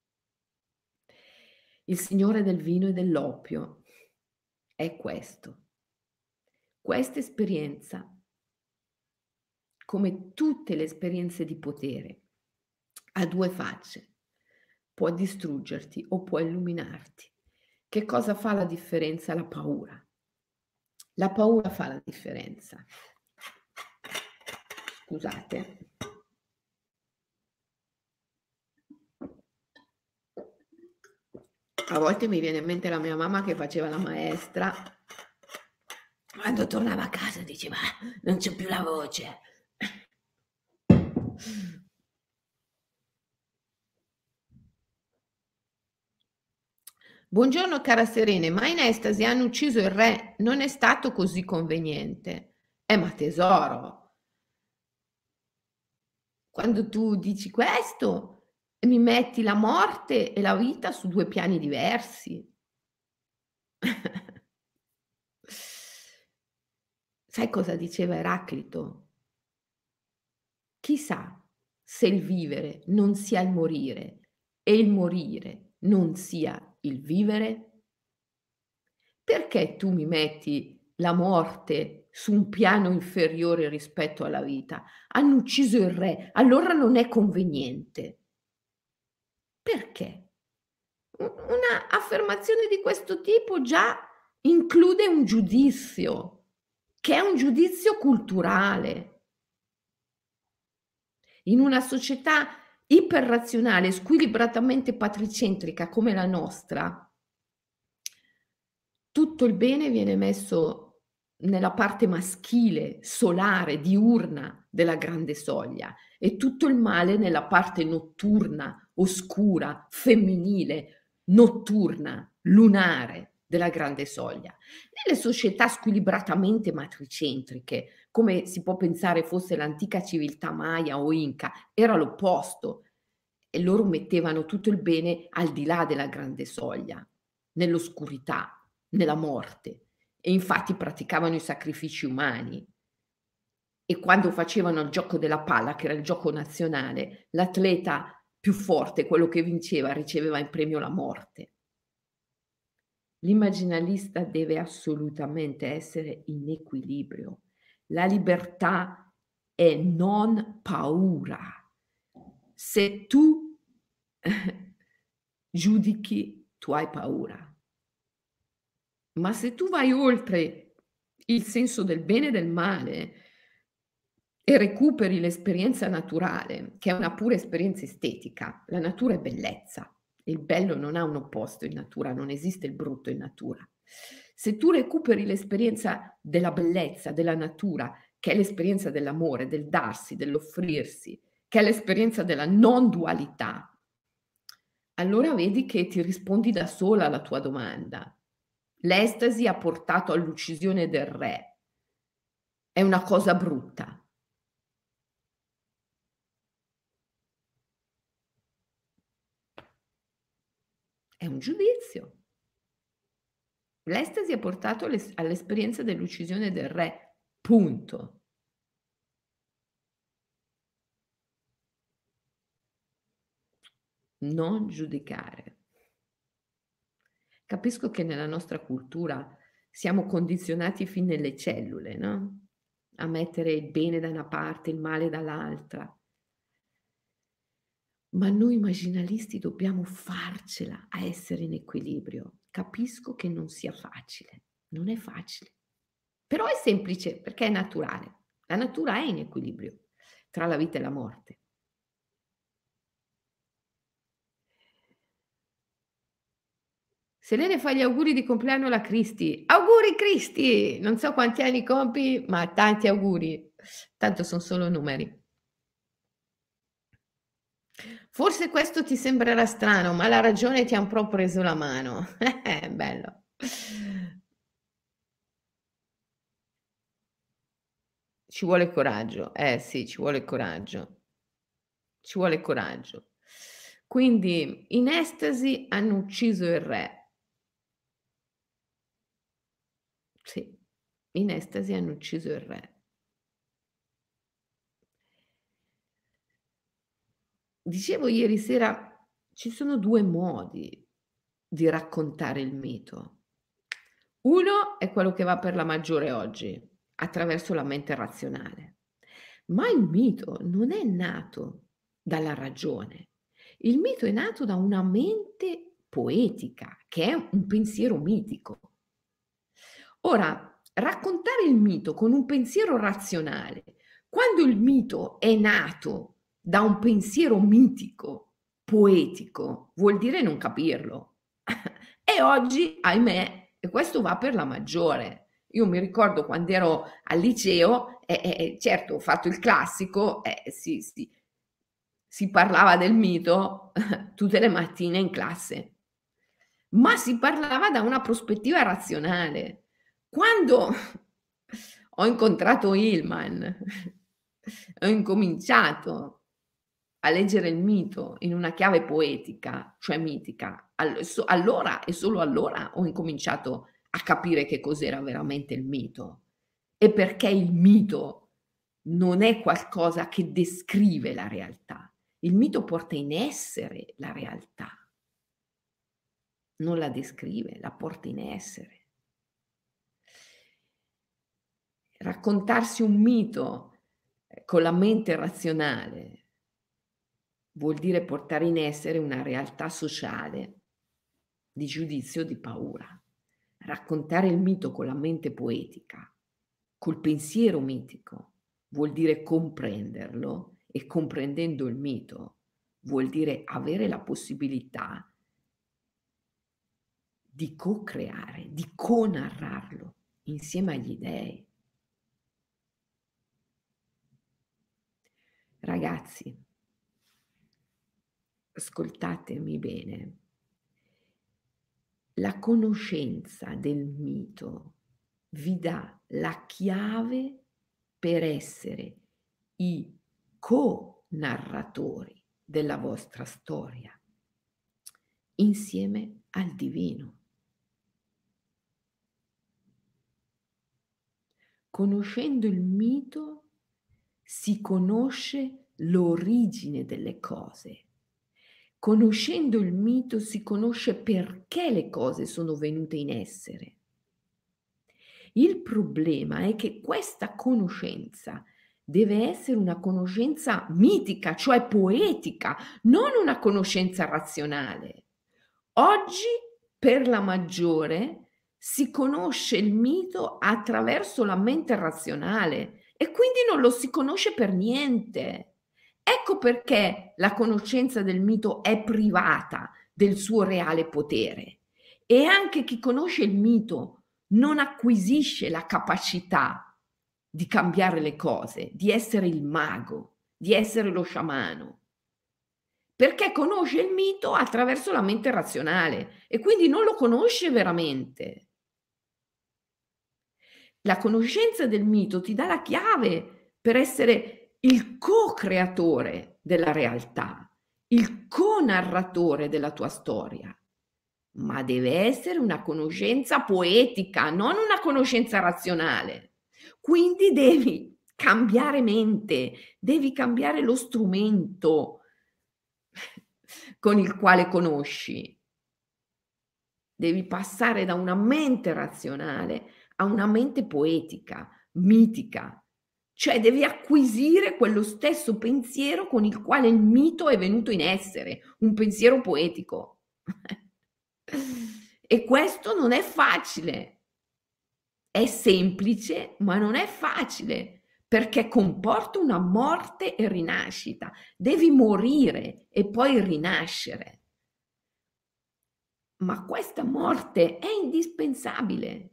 Il signore del vino e dell'oppio è questo. Questa esperienza, come tutte le esperienze di potere, ha due facce. Può distruggerti o può illuminarti. Che cosa fa la differenza? La paura. La paura fa la differenza. Scusate. A volte mi viene in mente la mia mamma che faceva la maestra. Quando tornava a casa diceva: "Non c'ho più la voce". Buongiorno cara Serene, ma in Estasi hanno ucciso il re, non è stato così conveniente. Eh ma tesoro, quando tu dici questo, mi metti la morte e la vita su due piani diversi. Sai cosa diceva Eraclito? Chissà se il vivere non sia il morire e il morire non sia il vivere? Perché tu mi metti la morte su un piano inferiore rispetto alla vita? Hanno ucciso il re, allora non è conveniente. Perché? U una affermazione di questo tipo già include un giudizio, che è un giudizio culturale. In una società iperrazionale, squilibratamente patricentrica come la nostra, tutto il bene viene messo nella parte maschile, solare, diurna della grande soglia e tutto il male nella parte notturna, oscura, femminile, notturna, lunare della grande soglia. Nelle società squilibratamente matricentriche, come si può pensare fosse l'antica civiltà Maya o Inca, era l'opposto e loro mettevano tutto il bene al di là della grande soglia, nell'oscurità, nella morte e infatti praticavano i sacrifici umani. E quando facevano il gioco della palla, che era il gioco nazionale, l'atleta più forte, quello che vinceva, riceveva in premio la morte. L'immaginalista deve assolutamente essere in equilibrio. La libertà è non paura. Se tu giudichi, tu hai paura. Ma se tu vai oltre il senso del bene e del male e recuperi l'esperienza naturale, che è una pura esperienza estetica, la natura è bellezza, il bello non ha un opposto in natura, non esiste il brutto in natura. Se tu recuperi l'esperienza della bellezza, della natura, che è l'esperienza dell'amore, del darsi, dell'offrirsi, che è l'esperienza della non dualità, allora vedi che ti rispondi da sola alla tua domanda. L'estasi ha portato all'uccisione del re. È una cosa brutta. È un giudizio. L'estasi ha portato all'es all'esperienza dell'uccisione del re, punto. Non giudicare. Capisco che nella nostra cultura siamo condizionati fin nelle cellule, no, a mettere il bene da una parte, il male dall'altra. Ma noi immaginalisti dobbiamo farcela a essere in equilibrio. Capisco che non sia facile, non è facile, però è semplice perché è naturale. La natura è in equilibrio tra la vita e la morte. Selene fa gli auguri di compleanno alla Cristi. Auguri Cristi! Non so quanti anni compi, ma tanti auguri. Tanto son solo numeri. Forse questo ti sembrerà strano, ma la ragione ti ha un po' preso la mano. Bello. Ci vuole coraggio. Eh sì, ci vuole coraggio. Ci vuole coraggio. Quindi in estasi hanno ucciso il re. Sì, in estasi hanno ucciso il re. Dicevo ieri sera, ci sono due modi di raccontare il mito. Uno è quello che va per la maggiore oggi, attraverso la mente razionale. Ma il mito non è nato dalla ragione. Il mito è nato da una mente poetica, che è un pensiero mitico. Ora, raccontare il mito con un pensiero razionale, quando il mito è nato da un pensiero mitico, poetico, vuol dire non capirlo. E oggi, ahimè, e questo va per la maggiore. Io mi ricordo quando ero al liceo, e, e certo ho fatto il classico, eh, sì, sì, si parlava del mito tutte le mattine in classe, ma si parlava da una prospettiva razionale. Quando ho incontrato Hillman, ho incominciato a leggere il mito in una chiave poetica, cioè mitica, al so allora e solo allora ho incominciato a capire che cos'era veramente il mito e perché il mito non è qualcosa che descrive la realtà. Il mito porta in essere la realtà, non la descrive, la porta in essere. Raccontarsi un mito, ehm, con la mente razionale vuol dire portare in essere una realtà sociale di giudizio, di paura. Raccontare il mito con la mente poetica, col pensiero mitico, vuol dire comprenderlo e comprendendo il mito vuol dire avere la possibilità di co-creare, di co-narrarlo insieme agli dèi. Ragazzi, ascoltatemi bene. La conoscenza del mito vi dà la chiave per essere i co-narratori della vostra storia, insieme al divino. Conoscendo il mito si conosce l'origine delle cose. Conoscendo il mito si conosce perché le cose sono venute in essere. Il problema è che questa conoscenza deve essere una conoscenza mitica, cioè poetica, non una conoscenza razionale. Oggi, per la maggiore, si conosce il mito attraverso la mente razionale e quindi non lo si conosce per niente. Ecco perché la conoscenza del mito è privata del suo reale potere. E anche chi conosce il mito non acquisisce la capacità di cambiare le cose, di essere il mago, di essere lo sciamano, perché conosce il mito attraverso la mente razionale e quindi non lo conosce veramente. La conoscenza del mito ti dà la chiave per essere il co-creatore della realtà, il co-narratore della tua storia. Ma deve essere una conoscenza poetica, non una conoscenza razionale. Quindi devi cambiare mente, devi cambiare lo strumento con il quale conosci. Devi passare da una mente razionale a una mente poetica, mitica. Cioè devi acquisire quello stesso pensiero con il quale il mito è venuto in essere, un pensiero poetico. E questo non è facile. È semplice, ma non è facile, perché comporta una morte e rinascita. Devi morire e poi rinascere. Ma questa morte è indispensabile.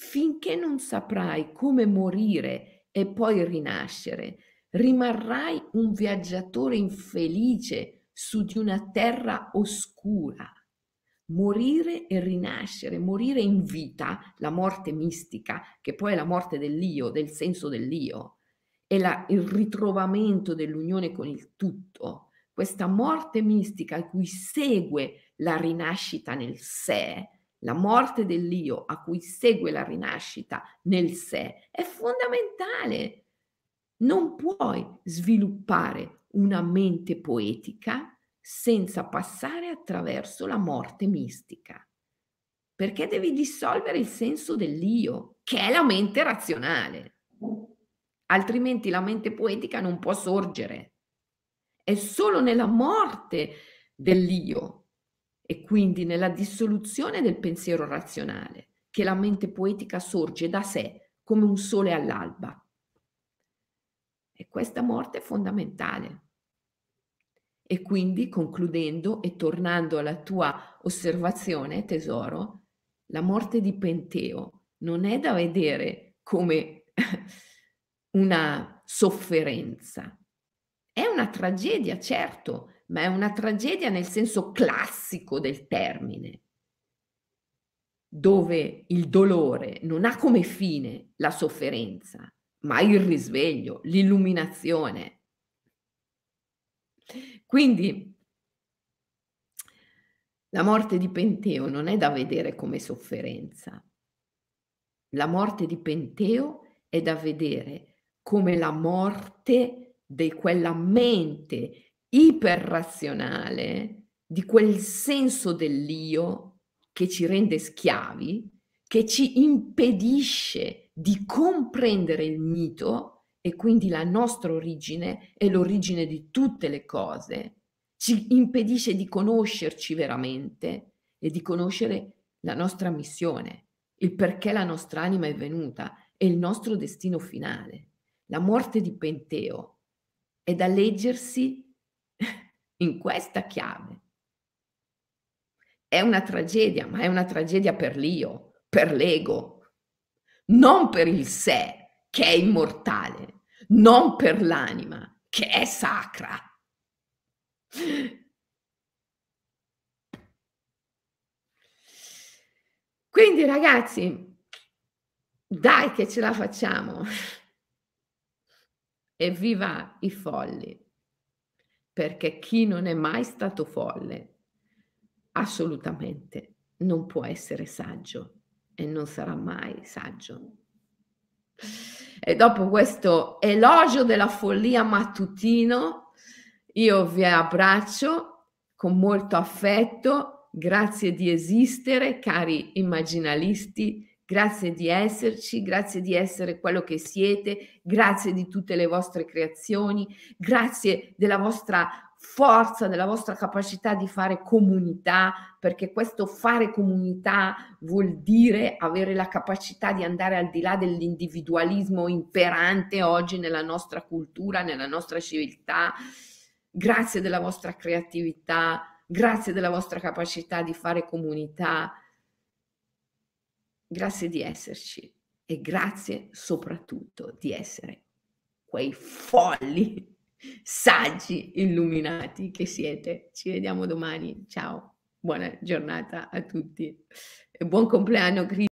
Finché non saprai come morire e poi rinascere, rimarrai un viaggiatore infelice su di una terra oscura. Morire e rinascere, morire in vita, la morte mistica, che poi è la morte dell'io, del senso dell'io, è la, il ritrovamento dell'unione con il tutto. Questa morte mistica a cui segue la rinascita nel sé, la morte dell'io a cui segue la rinascita nel sé, è fondamentale. Non puoi sviluppare una mente poetica senza passare attraverso la morte mistica, perché devi dissolvere il senso dell'io, che è la mente razionale. Altrimenti la mente poetica non può sorgere. È solo nella morte dell'io e quindi nella dissoluzione del pensiero razionale che la mente poetica sorge da sé come un sole all'alba. E questa morte è fondamentale. E quindi, concludendo e tornando alla tua osservazione, tesoro, la morte di Penteo non è da vedere come una sofferenza. È una tragedia, certo, ma è una tragedia nel senso classico del termine, dove il dolore non ha come fine la sofferenza, ma il risveglio, l'illuminazione. Quindi la morte di Penteo non è da vedere come sofferenza. La morte di Penteo è da vedere come la morte di quella mente iperrazionale, di quel senso dell'io che ci rende schiavi, che ci impedisce di comprendere il mito e quindi la nostra origine e l'origine di tutte le cose, ci impedisce di conoscerci veramente e di conoscere la nostra missione, il perché la nostra anima è venuta e il nostro destino finale. La morte di Penteo è da leggersi in questa chiave. È una tragedia, ma è una tragedia per l'io, per l'ego, non per il sé, che è immortale, non per l'anima, che è sacra. Quindi ragazzi, dai che ce la facciamo! Evviva i folli! Perché chi non è mai stato folle, assolutamente non può essere saggio e non sarà mai saggio. E dopo questo elogio della follia mattutino, io vi abbraccio con molto affetto, grazie di esistere, cari immaginalisti, grazie di esserci, grazie di essere quello che siete, grazie di tutte le vostre creazioni, grazie della vostra forza, della vostra capacità di fare comunità, perché questo fare comunità vuol dire avere la capacità di andare al di là dell'individualismo imperante oggi nella nostra cultura, nella nostra civiltà. Grazie della vostra creatività, grazie della vostra capacità di fare comunità, grazie di esserci e grazie soprattutto di essere quei folli saggi illuminati che siete. Ci vediamo domani. Ciao, buona giornata a tutti e buon compleanno Cris.